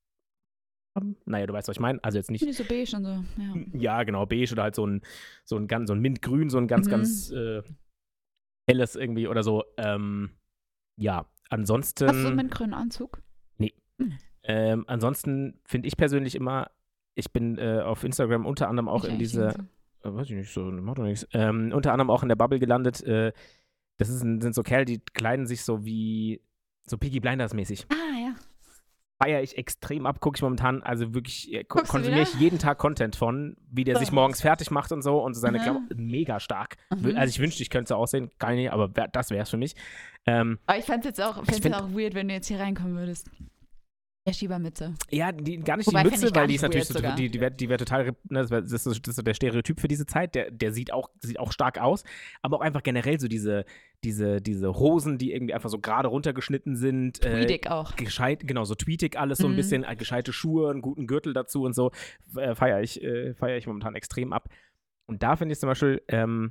Naja, du weißt, was ich meine. Also jetzt nicht. Nicht so beige und so, ja. Ja, genau, beige oder halt so ein, so ein, ganz, so ein Mintgrün, so ein ganz, Mhm. ganz äh, helles irgendwie oder so. Ähm, ja, ansonsten. Hast du einen grünen Anzug? Nee. Hm. Ähm, ansonsten finde ich persönlich immer, ich bin äh, auf Instagram unter anderem auch Ich in eigentlich diese, nicht äh, weiß ich nicht, so, macht doch nichts, ähm, unter anderem auch in der Bubble gelandet. Äh, das ist ein, sind so Kerle, die kleiden sich so wie, so Peaky Blinders mäßig. Ah, ja. Feiere ich extrem ab, gucke ich momentan, also wirklich, äh, ko- Guckst du konsumiere wieder? ich jeden Tag Content von, wie der sich Oh. morgens fertig macht und so und so seine Mhm. Klamotten, mega stark. Mhm. Also ich wünschte, ich könnte so aussehen, kann ich nicht, aber wär, das wäre es für mich. Ähm, Aber ich fände es jetzt auch, fänd's find- jetzt auch weird, wenn du jetzt hier reinkommen würdest. Der Schiebermütze. Ja, die, gar nicht Wobei, die fänd Mütze, ich gar weil die nicht ist natürlich, weird so, sogar. die, die wäre die wär total, ne, das, wär, das, ist, so- das ist so der Stereotyp für diese Zeit, der, der sieht auch, sieht auch stark aus, aber auch einfach generell so diese, diese, diese Hosen, die irgendwie einfach so gerade runtergeschnitten sind. Tweedig äh, auch. Gescheit, genau, so tweetig alles, so ein Mhm. bisschen, äh, gescheite Schuhe, einen guten Gürtel dazu und so, äh, feiere ich, äh, feier ich momentan extrem ab. Und da finde ich zum Beispiel, ähm,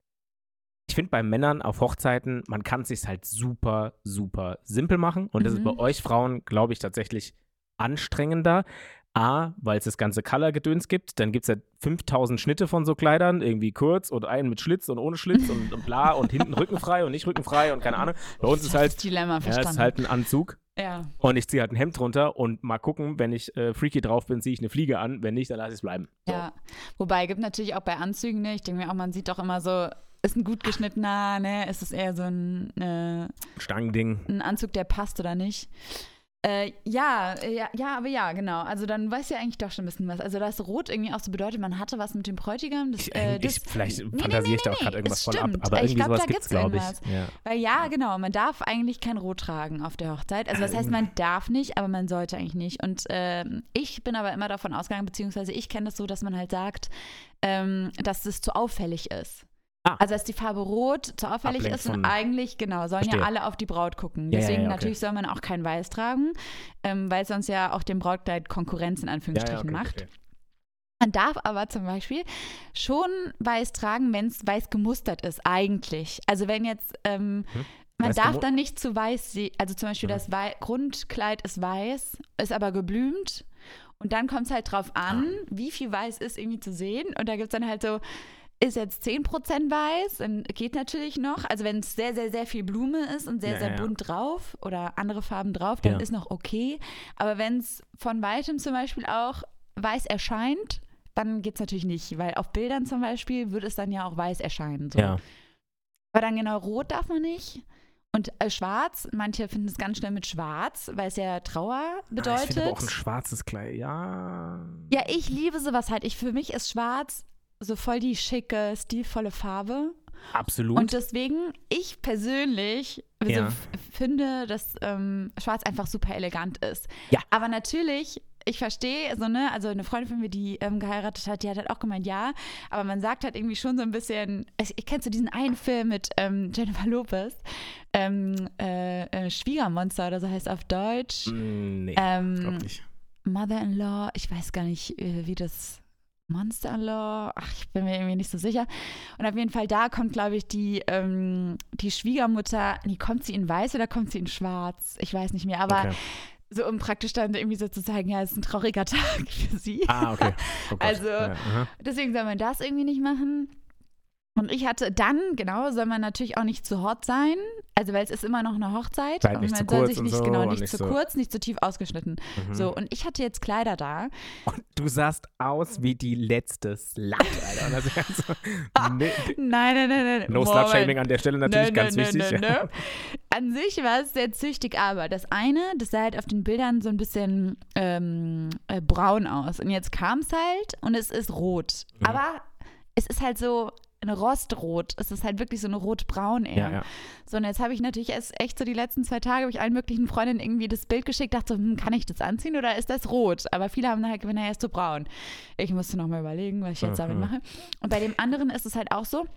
ich finde bei Männern auf Hochzeiten, man kann es sich halt super, super simpel machen. Und das ist Mhm. bei euch Frauen, glaube ich, tatsächlich anstrengender. A, weil es das ganze Color-Gedöns gibt. Dann gibt es ja fünftausend Schnitte von so Kleidern, irgendwie kurz und einen mit Schlitz und ohne Schlitz und, und bla und hinten rückenfrei und nicht rückenfrei und keine Ahnung. Bei uns Ich ist hab halt, das Dilemma ja, verstanden. es ist halt ein Anzug. Ja. Und ich ziehe halt ein Hemd drunter und mal gucken, wenn ich äh, freaky drauf bin, ziehe ich eine Fliege an. Wenn nicht, dann lasse ich es bleiben. So. Ja, wobei gibt natürlich auch bei Anzügen, ne, ich denke mir auch, man sieht doch immer so, ist ein gut geschnittener, ne, ist es eher so ein, äh, Stangending. ein Anzug, der passt oder nicht. Äh, ja, ja, ja, aber ja, genau. Also dann weißt du ja eigentlich doch schon ein bisschen was. Also das Rot irgendwie auch so bedeutet, man hatte was mit dem Bräutigam. Das, Ich, äh, ich, das, vielleicht nee, fantasiere nee, ich da auch nee, gerade irgendwas es von ab. stimmt. Aber Ich irgendwie glaub, sowas da gibt es, gibt's glaube ich. irgendwas. Ja. Weil ja, genau, man darf eigentlich kein Rot tragen auf der Hochzeit. Also das heißt, man darf nicht, aber man sollte eigentlich nicht. Und ähm, ich bin aber immer davon ausgegangen, beziehungsweise ich kenne das so, dass man halt sagt, ähm, dass es zu auffällig ist. Ah. Also dass die Farbe Rot zu auffällig Ablenkt ist und von- eigentlich, genau, sollen Verstehe. ja alle auf die Braut gucken. Ja, ja, Deswegen ja, okay. natürlich soll man auch kein Weiß tragen, ähm, weil es sonst ja auch dem Brautkleid Konkurrenz in Ja, ja, Anführungsstrichen okay, macht. verstehe. Man darf aber zum Beispiel schon weiß tragen, wenn es weiß gemustert ist, eigentlich. Also wenn jetzt ähm, Hm. man Weiß darf gemo- dann nicht zu weiß sehen. Also zum Beispiel Mhm. das Wei- Grundkleid ist weiß, ist aber geblümt. Und dann kommt es halt drauf an, wie viel weiß ist irgendwie zu sehen. Und da gibt es dann halt so, ist jetzt zehn Prozent weiß, dann geht natürlich noch. Also wenn es sehr, sehr, sehr viel Blume ist und sehr, Ja, sehr ja. bunt drauf oder andere Farben drauf, dann Ja. ist noch okay. Aber wenn es von weitem zum Beispiel auch weiß erscheint, dann geht es natürlich nicht. Weil auf Bildern zum Beispiel würde es dann ja auch weiß erscheinen. So. Ja. Aber dann genau rot darf man nicht. Und äh, schwarz, manche finden es ganz schnell mit schwarz, weil es ja Trauer Ah, bedeutet. ich finde aber auch ein schwarzes Kleid, ja. Ja, ich liebe sowas halt. Ich, für mich ist schwarz so voll die schicke, stilvolle Farbe. Absolut. Und deswegen, ich persönlich so Ja. f- finde, dass ähm, schwarz einfach super elegant ist. Ja. Aber natürlich, ich verstehe, so, ne, also eine Freundin von mir, die ähm, geheiratet hat, die hat halt auch gemeint, ja, aber man sagt halt irgendwie schon so ein bisschen, ich, ich kennst du diesen einen Film mit ähm, Jennifer Lopez, ähm, äh, äh, Schwiegermonster oder so heißt auf Deutsch. Mm, nee, ähm, glaub nicht. Mother-in-Law, ich weiß gar nicht, äh, wie das Monster-in-Law, ach, ich bin mir irgendwie nicht so sicher. Und auf jeden Fall, da kommt, glaube ich, die, ähm, die Schwiegermutter, nee, kommt sie in weiß oder kommt sie in schwarz? Ich weiß nicht mehr, aber Okay. so um praktisch dann irgendwie so zu sagen, ja, es ist ein trauriger Tag für sie. Ah, okay. Oh Gott. Also- ja, aha. Deswegen soll man das irgendwie nicht machen. Und ich hatte dann, genau, soll man natürlich auch nicht zu hot sein. Also, weil es ist immer noch eine Hochzeit. Zeit und nicht man zu soll kurz sich und nicht, so genau, und nicht, nicht zu so- kurz, nicht zu tief ausgeschnitten. Mhm. So, und ich hatte jetzt Kleider da. Und du sahst aus wie die letzte Slut, Alter. Und das ist ganz so, ne, Nein, nein, nein, nein. no Moment. Slut-Shaming an der Stelle natürlich, Nö, ganz nö, wichtig. nö, nö, nö. An sich war es sehr züchtig, aber das eine, das sah halt auf den Bildern so ein bisschen ähm, äh, braun aus. Und jetzt kam es halt und es ist rot. Mhm. Aber es ist halt so ein Rostrot. Es ist halt wirklich so eine rotbraun eher. Ja, ja. So, und jetzt habe ich natürlich erst echt so die letzten zwei Tage, habe ich allen möglichen Freundinnen irgendwie das Bild geschickt, dachte so, hm, kann ich das anziehen oder ist das rot? Aber viele haben dann halt gemeint, naja, ist so braun. Ich musste nochmal überlegen, was ich jetzt damit Mhm. mache. Und bei dem anderen ist es halt auch so,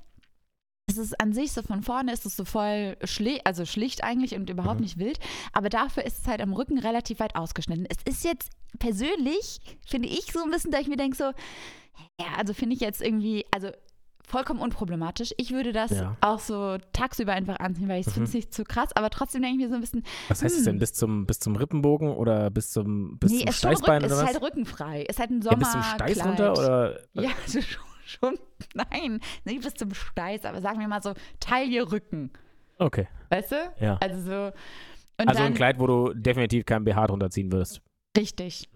es ist an sich so von vorne ist es so voll schlicht, also schlicht eigentlich und überhaupt Mhm. nicht wild, aber dafür ist es halt am Rücken relativ weit ausgeschnitten. Es ist jetzt persönlich, finde ich so ein bisschen, da ich mir denke so, ja, also finde ich jetzt irgendwie, also vollkommen unproblematisch. Ich würde das Ja. auch so tagsüber einfach anziehen, weil ich Mhm. finde es nicht zu krass, aber trotzdem denke ich mir so ein bisschen, Was heißt es Hm. denn? Bis zum, bis zum Rippenbogen oder bis zum, bis nee, zum es ist, schon Steißbein Rücken, es oder ist was? halt rückenfrei. Es ist halt ein Ja, bis zum Sommerkleid. Steiß runter oder? Ja, also schon, schon, nein, nicht bis zum Steiß, aber sagen wir mal so Taille Rücken. Okay, Weißt du? ja. Also so. Und Also dann, ein Kleid, wo du definitiv kein B H drunter ziehen wirst. richtig.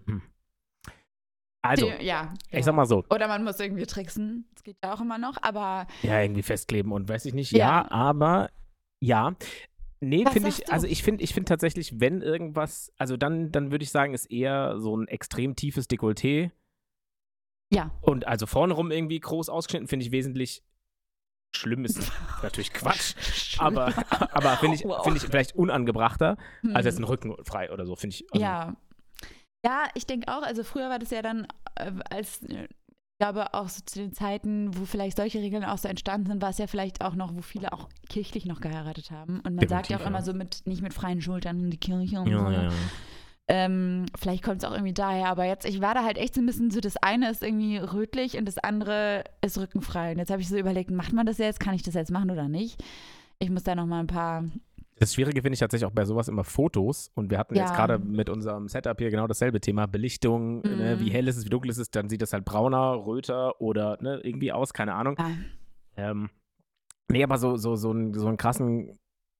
Also, Die, ja, ich ja. sag mal so, Oder man muss irgendwie tricksen. Das geht ja auch immer noch, aber ja, irgendwie festkleben und weiß ich nicht. Ja. Ja, aber ja. Nee, Was finde sagst ich, du? also ich finde ich finde tatsächlich, wenn irgendwas, also dann, dann würde ich sagen, ist eher so ein extrem tiefes Dekolleté ja. und also vorne rum irgendwie groß ausgeschnitten, finde ich wesentlich schlimm ist natürlich Quatsch, aber, aber finde ich, Wow. finde ich vielleicht unangebrachter Hm. als jetzt ein Rücken frei oder so, finde ich. Also, Ja. Ja, ich denke auch, also früher war das ja dann äh, als, äh, ich glaube auch so zu den Zeiten, wo vielleicht solche Regeln auch so entstanden sind, war es ja vielleicht auch noch, wo viele auch kirchlich noch geheiratet haben. Und man sagt ja auch Definitiv, immer ja. so mit, nicht mit freien Schultern in die Kirche und so. Ja, ja, ja. Ähm, vielleicht kommt es auch irgendwie daher, aber jetzt, ich war da halt echt so ein bisschen so, das eine ist irgendwie rötlich und das andere ist rückenfrei. Und jetzt habe ich so überlegt, macht man das jetzt? Kann ich das jetzt machen oder nicht? Ich muss da noch mal ein paar, Das Schwierige finde ich tatsächlich auch bei sowas immer Fotos. Und wir hatten jetzt Ja. gerade mit unserem Setup hier genau dasselbe Thema. Belichtung, Mhm. ne, wie hell ist es, wie dunkel ist es, dann sieht das halt brauner, röter oder ne, irgendwie aus, keine Ahnung. ah, Ähm, nee, aber so, so, so, einen, so einen krassen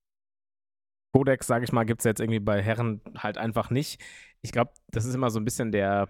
Kodex, sage ich mal, gibt es jetzt irgendwie bei Herren halt einfach nicht. Ich glaube, das ist immer so ein bisschen der.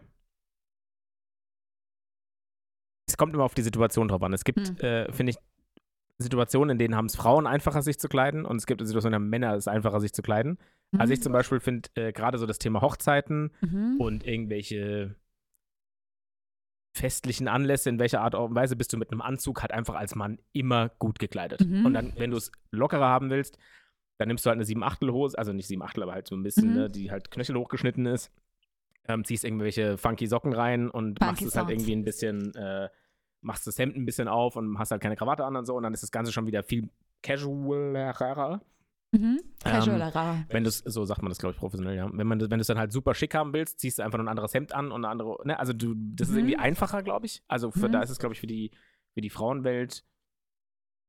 Es kommt immer auf die Situation drauf an. Es gibt, Hm. äh, finde ich, Situationen, in denen haben es Frauen einfacher, sich zu kleiden, und es gibt Situationen, in denen haben Männer es einfacher, sich zu kleiden. Also ich zum Beispiel finde äh, gerade so das Thema Hochzeiten mhm. und irgendwelche festlichen Anlässe, in welcher Art und Weise bist du mit einem Anzug halt einfach als Mann immer gut gekleidet. Mhm. Und dann, wenn du es lockerer haben willst, dann nimmst du halt eine sieben-Achtel-Hose, also nicht sieben-Achtel, aber halt so ein bisschen, Mhm. ne, die halt knöchelhoch geschnitten ist, ähm, ziehst irgendwelche funky Socken rein und Funky machst es halt Socks. irgendwie ein bisschen, äh, machst das Hemd ein bisschen auf und hast halt keine Krawatte an und so, und dann ist das Ganze schon wieder viel casualer. Mhm. Ähm, Casualerer. Wenn du es, so sagt man das, glaube ich, professionell, ja. Wenn man das, wenn du es dann halt super schick haben willst, ziehst du einfach nur ein anderes Hemd an und eine andere, ne, also du, das ist Mhm. irgendwie einfacher, glaube ich. Also für, Mhm. da ist es, glaube ich, für die, für die Frauenwelt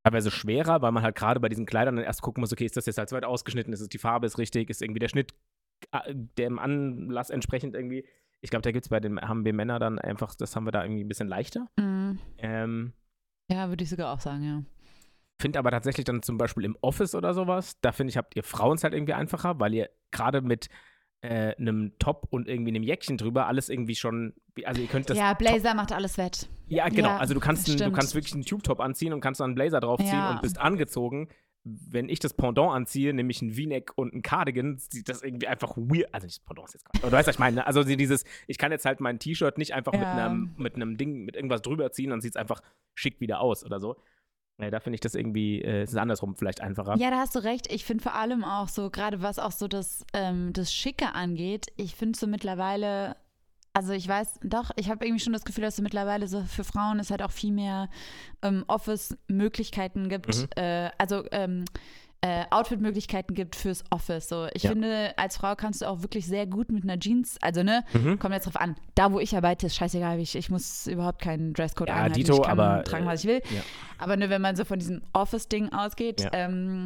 teilweise schwerer, weil man halt gerade bei diesen Kleidern dann erst gucken muss, okay, ist das jetzt halt so weit ausgeschnitten, ist es die Farbe ist richtig, ist irgendwie der Schnitt äh, dem Anlass entsprechend irgendwie. Ich glaube, da gibt es bei den, haben wir Männer dann einfach, das haben wir da irgendwie ein bisschen leichter. Mhm. Ähm, Ja, würde ich sogar auch sagen, ja. Finde aber tatsächlich dann zum Beispiel im Office oder sowas, da finde ich, habt ihr Frauen es halt irgendwie einfacher, weil ihr gerade mit äh, einem Top und irgendwie einem Jäckchen drüber alles irgendwie schon, also ihr könnt das Ja, Blazer macht alles wett. Ja, genau. Ja, also du kannst, das ein, du stimmt. kannst wirklich einen Tube-Top anziehen und kannst dann einen Blazer draufziehen Ja. und bist angezogen. Wenn ich das Pendant anziehe, nämlich ein V-Neck und ein Cardigan, sieht das irgendwie einfach weird. Also nicht das Pendant ist jetzt gerade. Aber du weißt, was ich meine. Ne? Also dieses, ich kann jetzt halt mein T-Shirt nicht einfach Ja. mit einem mit einem Ding, mit irgendwas drüber ziehen, dann sieht es einfach schick wieder aus oder so. Ja, da finde ich das irgendwie, äh, es ist andersrum vielleicht einfacher. Ja, da hast du recht. Ich finde vor allem auch so, gerade was auch so das, ähm, das Schicke angeht, ich finde so mittlerweile, also ich weiß, doch, ich habe irgendwie schon das Gefühl, dass so mittlerweile so für Frauen es halt auch viel mehr ähm, Office-Möglichkeiten gibt, Mhm. äh, also ähm, äh, Outfit-Möglichkeiten gibt fürs Office. So, ich Ja. finde, als Frau kannst du auch wirklich sehr gut mit einer Jeans, also ne, Mhm. kommt jetzt drauf an. Da, wo ich arbeite, ist scheißegal, ich, ich muss überhaupt keinen Dresscode Ja, einhalten. Dito, ich kann aber, tragen, äh, was ich will. ja. Aber nur wenn man so von diesem Office-Ding ausgeht, Ja. ähm,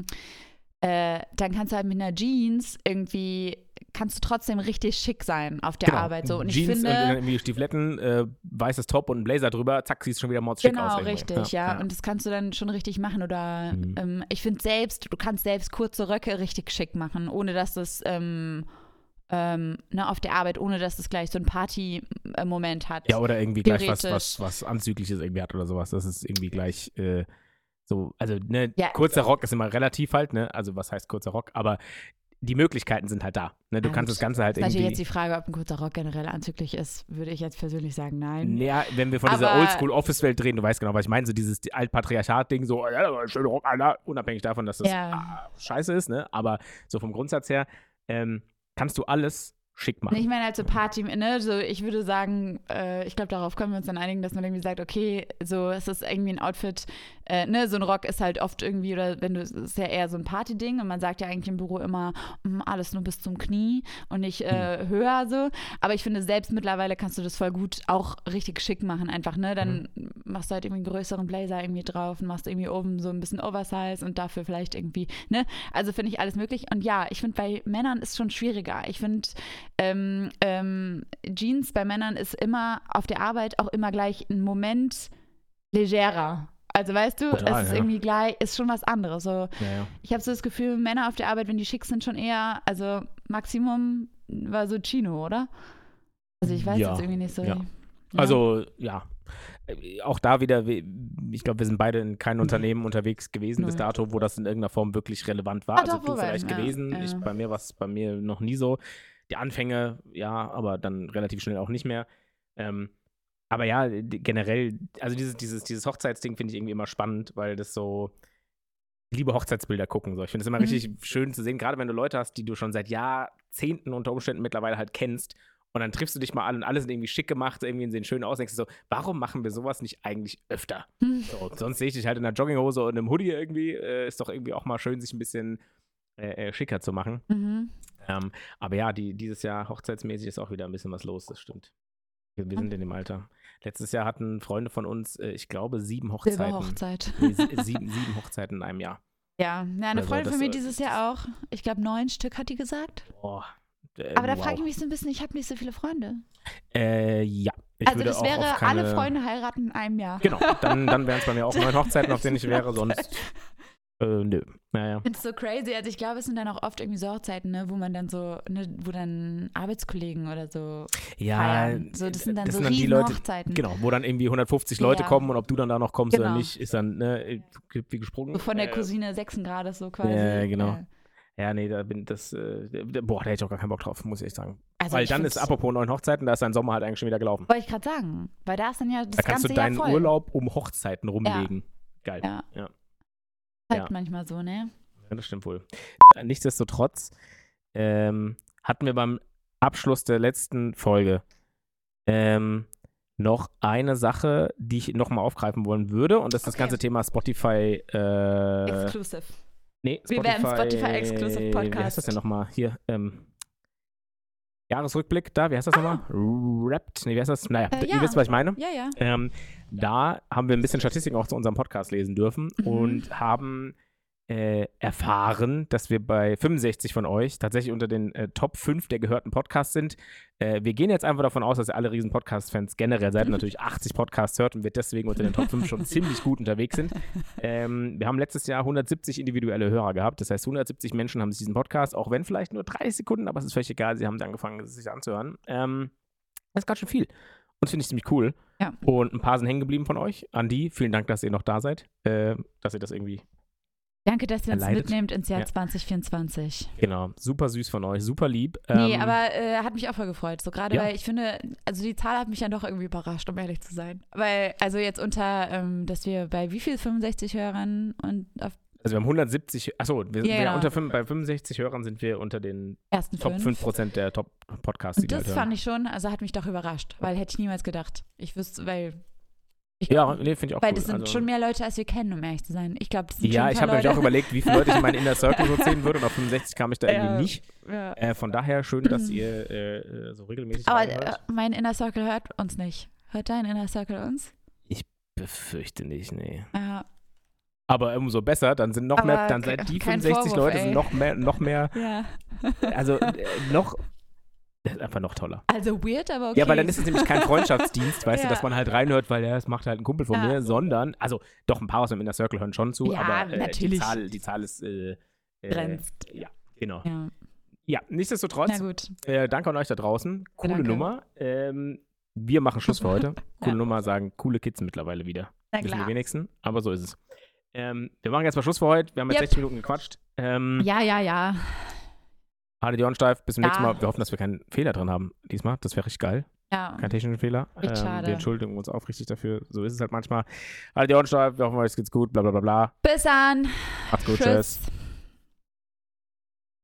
äh, dann kannst du halt mit einer Jeans irgendwie, kannst du trotzdem richtig schick sein auf der Genau. Arbeit. So. Und Jeans ich finde, und dann irgendwie Stiefeletten, äh, weißes Top und ein Blazer drüber, zack, siehst schon wieder mordschick genau, aus. irgendwie. richtig, ja. Und das kannst du dann schon richtig machen. Oder Mhm. ähm, ich finde selbst, du kannst selbst kurze Röcke richtig schick machen, ohne dass das ähm, ähm, ne, auf der Arbeit, ohne dass das gleich so einen Party-Moment hat. Ja, oder irgendwie gleich was, Theoretisch. was, was Anzügliches irgendwie hat oder sowas. Das ist irgendwie gleich äh, so, also ne, Ja. kurzer Rock ist immer relativ halt, ne? Also was heißt kurzer Rock? Aber die Möglichkeiten sind halt da. Ne? Du Ja, kannst gut. das Ganze halt Das ist natürlich irgendwie. jetzt die Frage, ob ein kurzer Rock generell anzüglich ist, würde ich jetzt persönlich sagen, nein. Ja, wenn wir von dieser Aber- Oldschool-Office-Welt reden, du weißt genau, was ich meine, so dieses Altpatriarchat-Ding, so, oh ja, ein schöner Rock, Alter, unabhängig davon, dass das Ja. ah, scheiße ist, ne? Aber so vom Grundsatz her ähm, kannst du alles schick machen. Ich meine, halt so Party, ne, so ich würde sagen, äh, ich glaube, darauf können wir uns dann einigen, dass man irgendwie sagt, okay, so es ist irgendwie ein Outfit, äh, ne, so ein Rock ist halt oft irgendwie, oder wenn du, es ist ja eher so ein Party-Ding und man sagt ja eigentlich im Büro immer, mm, alles nur bis zum Knie und nicht äh, Hm. höher so, aber ich finde, selbst mittlerweile kannst du das voll gut auch richtig schick machen einfach, ne, dann machst du halt irgendwie einen größeren Blazer irgendwie drauf und machst irgendwie oben so ein bisschen Oversize und dafür vielleicht irgendwie, ne, also finde ich alles möglich und ja, ich finde, bei Männern ist schon schwieriger, ich finde, Ähm, ähm, Jeans bei Männern ist immer auf der Arbeit auch immer gleich ein Moment legerer. Also weißt du, Total, es ist ja. irgendwie gleich, ist schon was anderes. So, Ja, ja. ich habe so das Gefühl, Männer auf der Arbeit, wenn die schick sind, schon eher, also Maximum war so Chino, oder? Also ich weiß Ja, jetzt irgendwie nicht so. ja. Ja. Also, ja. Äh, Auch da wieder, we- ich glaube, wir sind beide in keinem Unternehmen unterwegs gewesen bis Nö. dato, wo das in irgendeiner Form wirklich relevant war. Ah, also doch, du wobei, vielleicht ja, gewesen, ja. ich, bei mir war es bei mir noch nie so. Die Anfänge, ja, aber dann relativ schnell auch nicht mehr. Ähm, aber ja, d- generell, also dieses, dieses, dieses Hochzeitsding finde ich irgendwie immer spannend, weil das so, ich liebe Hochzeitsbilder gucken. So. Ich finde es immer Mhm. richtig schön zu sehen, gerade wenn du Leute hast, die du schon seit Jahrzehnten unter Umständen mittlerweile halt kennst. Und dann triffst du dich mal an und alle sind irgendwie schick gemacht, irgendwie sehen schön aus. Denkst du so, warum machen wir sowas nicht eigentlich öfter? Hm. So, sonst sehe ich dich halt in einer Jogginghose und einem Hoodie irgendwie. Äh, ist doch irgendwie auch mal schön, sich ein bisschen äh, äh, schicker zu machen. Mhm. Ähm, aber ja, die, dieses Jahr hochzeitsmäßig ist auch wieder ein bisschen was los, das stimmt. Wir, wir sind in dem Alter. Letztes Jahr hatten Freunde von uns, äh, ich glaube, sieben Hochzeiten. Silberhochzeit. Nee, sie- sieben, sieben Hochzeiten in einem Jahr. Ja, ja, eine Also Freundin das, von mir äh, dieses das- Jahr auch. Ich glaube, neun Stück hat die gesagt. Boah. Äh, Aber da wow. frage ich mich so ein bisschen, ich habe nicht so viele Freunde. Äh, ja. Ich also würde das auch wäre auf keine, alle Freunde heiraten in einem Jahr. Genau, dann, dann wären es bei mir auch neun Hochzeiten, auf denen ich wäre, sonst äh, nö. Naja. Ich finde es so crazy. Also ich glaube, es sind dann auch oft irgendwie so Hochzeiten, ne, wo man dann so, ne, wo dann Arbeitskollegen oder so Ja, feiern. So, das sind dann so riesen die Leute, Hochzeiten. genau, wo dann irgendwie hundertfünfzig Leute Ja. kommen und ob du dann da noch kommst oder Genau. nicht, ist dann ne, wie gesprungen. So von der Äh, Cousine sechs Grades so quasi. Ja, genau. Ja. Ja, nee, da bin das, äh, da- boah, da hätte ich auch gar keinen Bock drauf, muss ich echt sagen. Also Weil ich dann find's- ist apropos neun Hochzeiten, da ist dein Sommer halt eigentlich schon wieder gelaufen. Wollte ich gerade sagen. Weil da ist dann ja das Da kannst ganze du deinen Jahr voll. Urlaub um Hochzeiten rumlegen. Geil. Ja. Ja. Halt ja. manchmal so, ne? Ja, das stimmt wohl. Nichtsdestotrotz ähm, hatten wir beim Abschluss der letzten Folge ähm, noch eine Sache, die ich nochmal aufgreifen wollen würde. Und das ist das Okay. ganze Thema Spotify. Äh, Exclusive. nee, Wir werden Spotify Exclusive Wie heißt das Podcast. denn nochmal? Hier. Ähm, Jahresrückblick da, wie heißt das nochmal? Wrapped, nee, wie heißt das? Naja, Äh, ihr ja. wisst, was ich meine. Ja, ja. Ähm, da haben wir ein bisschen Statistiken auch zu unserem Podcast lesen dürfen Mhm. und haben äh, erfahren, dass wir bei fünfundsechzig von euch tatsächlich unter den äh, Top fünf der gehörten Podcasts sind. Äh, wir gehen jetzt einfach davon aus, dass ihr alle riesen Podcast-Fans generell seid und natürlich achtzig Podcasts hört und wir deswegen unter den Top fünf schon ziemlich gut unterwegs sind. Ähm, wir haben letztes Jahr hundertsiebzig individuelle Hörer gehabt. Das heißt, hundertsiebzig Menschen haben sich diesen Podcast, auch wenn vielleicht nur dreißig Sekunden, aber es ist völlig egal, sie haben angefangen, es sich anzuhören. Ähm, das ist ganz schön viel. Und das finde ich ziemlich cool. Ja. Und ein paar sind hängen geblieben von euch. An die, vielen Dank, dass ihr noch da seid, äh, dass ihr das irgendwie Danke, dass ihr uns erleidet. mitnehmt ins Jahr Ja. zwanzig vierundzwanzig. Genau, super süß von euch, super lieb. Nee, Ähm, aber äh, hat mich auch voll gefreut. So gerade, ja. weil ich finde, also die Zahl hat mich ja doch irgendwie überrascht, um ehrlich zu sein. Weil, also jetzt unter, ähm, dass wir bei wie viel fünfundsechzig Hörern und auf Also wir haben hundertsiebzig, achso, wir, Ja, wir genau. unter fünf, bei fünfundsechzig Hörern sind wir unter den ersten Top fünf. fünf Prozent der Top-Podcasts, die Und wir das halt hören. fand ich schon, also hat mich doch überrascht, weil hätte ich niemals gedacht. Ich wüsste, weil ich, Ja, nee, finde ich auch weil cool. das sind also, schon mehr Leute, als wir kennen, um ehrlich zu sein. Ich glaube, das sind Ja, schon ich ein habe paar nämlich auch Leute. überlegt, wie viele Leute ich in meinen Inner Circle so zählen würde und auf fünfundsechzig kam ich da irgendwie Ja. nicht. Ja. Äh, von daher schön, dass ihr äh, äh, so regelmäßig Aber reinhört. äh, mein Inner Circle hört uns nicht. Hört dein Inner Circle uns? Befürchte nicht, nee. Ja. Aber umso besser, dann sind noch Aber mehr, dann ke- seid die kein fünfundsechzig Vorwurf, Leute, ey. sind noch mehr, noch mehr, ja. also äh, noch, das ist einfach noch toller. Also weird, aber okay. Ja, weil dann ist es nämlich kein Freundschaftsdienst, weißt Ja. du, dass man halt reinhört, weil ja, das macht halt ein Kumpel von Ja. mir, sondern, also doch ein paar aus dem Inner Circle hören schon zu, Ja, aber äh, die, natürlich. Zahl, die Zahl ist äh, äh, Grenzt. Ja, genau. Ja. Ja, nichtsdestotrotz, Na gut. äh, danke an euch da draußen. Coole Danke. Nummer. Ähm, wir machen Schluss für heute. Coole Ja. Nummer, sagen coole Kids mittlerweile wieder. Na Wissen die klar. wenigsten, aber so ist es. Ähm, wir machen jetzt mal Schluss für heute. Wir haben jetzt Yep. sechzig Minuten gequatscht. Ähm, Ja, ja, ja. Haltet die Ohren steif. Bis zum Ja. nächsten Mal. Wir hoffen, dass wir keinen Fehler drin haben diesmal. Das wäre richtig geil. Ja. Kein technischen Fehler. Echt schade. Wir entschuldigen uns aufrichtig dafür. So ist es halt manchmal. Haltet die Ohren steif. Wir hoffen, euch geht's gut. Bla bla bla bla. Bis dann. Macht's gut. Tschüss. Tschüss.